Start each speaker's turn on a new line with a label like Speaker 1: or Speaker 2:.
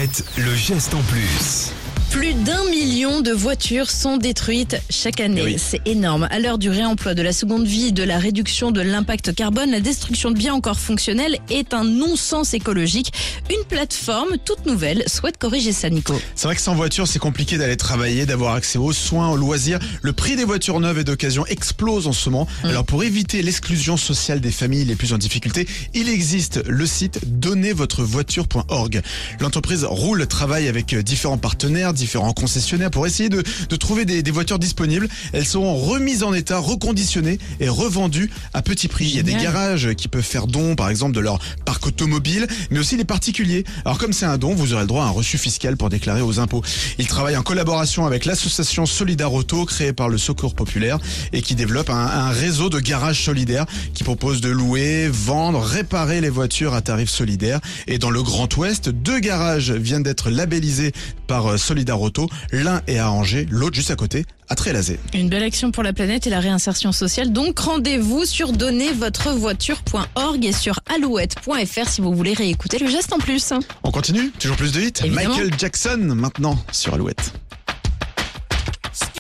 Speaker 1: Alouette, le geste en plus.
Speaker 2: Plus d'1 million de voitures sont détruites chaque année.
Speaker 1: Oui.
Speaker 2: C'est énorme. À l'heure du réemploi, de la seconde vie, de la réduction de l'impact carbone, la destruction de biens encore fonctionnels est un non-sens écologique. Une plateforme toute nouvelle souhaite corriger ça, Nico.
Speaker 3: C'est vrai que sans voiture, c'est compliqué d'aller travailler, d'avoir accès aux soins, aux loisirs. Le prix des voitures neuves et d'occasion explose en ce moment. Alors pour éviter l'exclusion sociale des familles les plus en difficulté, il existe le site donnezvotrevoiture.org. L'entreprise Roule travaille avec différents partenaires, différents concessionnaires pour essayer de trouver des voitures disponibles. Elles seront remises en état, reconditionnées et revendues à petit prix. Il y a des garages qui peuvent faire don, par exemple, de leur parc automobile, mais aussi les particuliers. Alors comme c'est un don, vous aurez le droit à un reçu fiscal pour déclarer aux impôts. Ils travaillent en collaboration avec l'association Solidar Auto, créée par le Secours Populaire, et qui développe un réseau de garages solidaires qui propose de louer, vendre, réparer les voitures à tarif solidaire. Et dans le Grand Ouest, 2 garages viennent d'être labellisés par Solidar Auto. L'un est à Angers, l'autre juste à côté, à Trélazé.
Speaker 2: Une belle action pour la planète et la réinsertion sociale. Donc rendez-vous sur donnezvotrevoiture.org et sur alouette.fr si vous voulez réécouter le geste en plus.
Speaker 3: On continue, toujours plus de hits.
Speaker 2: Évidemment.
Speaker 3: Michael Jackson maintenant sur Alouette.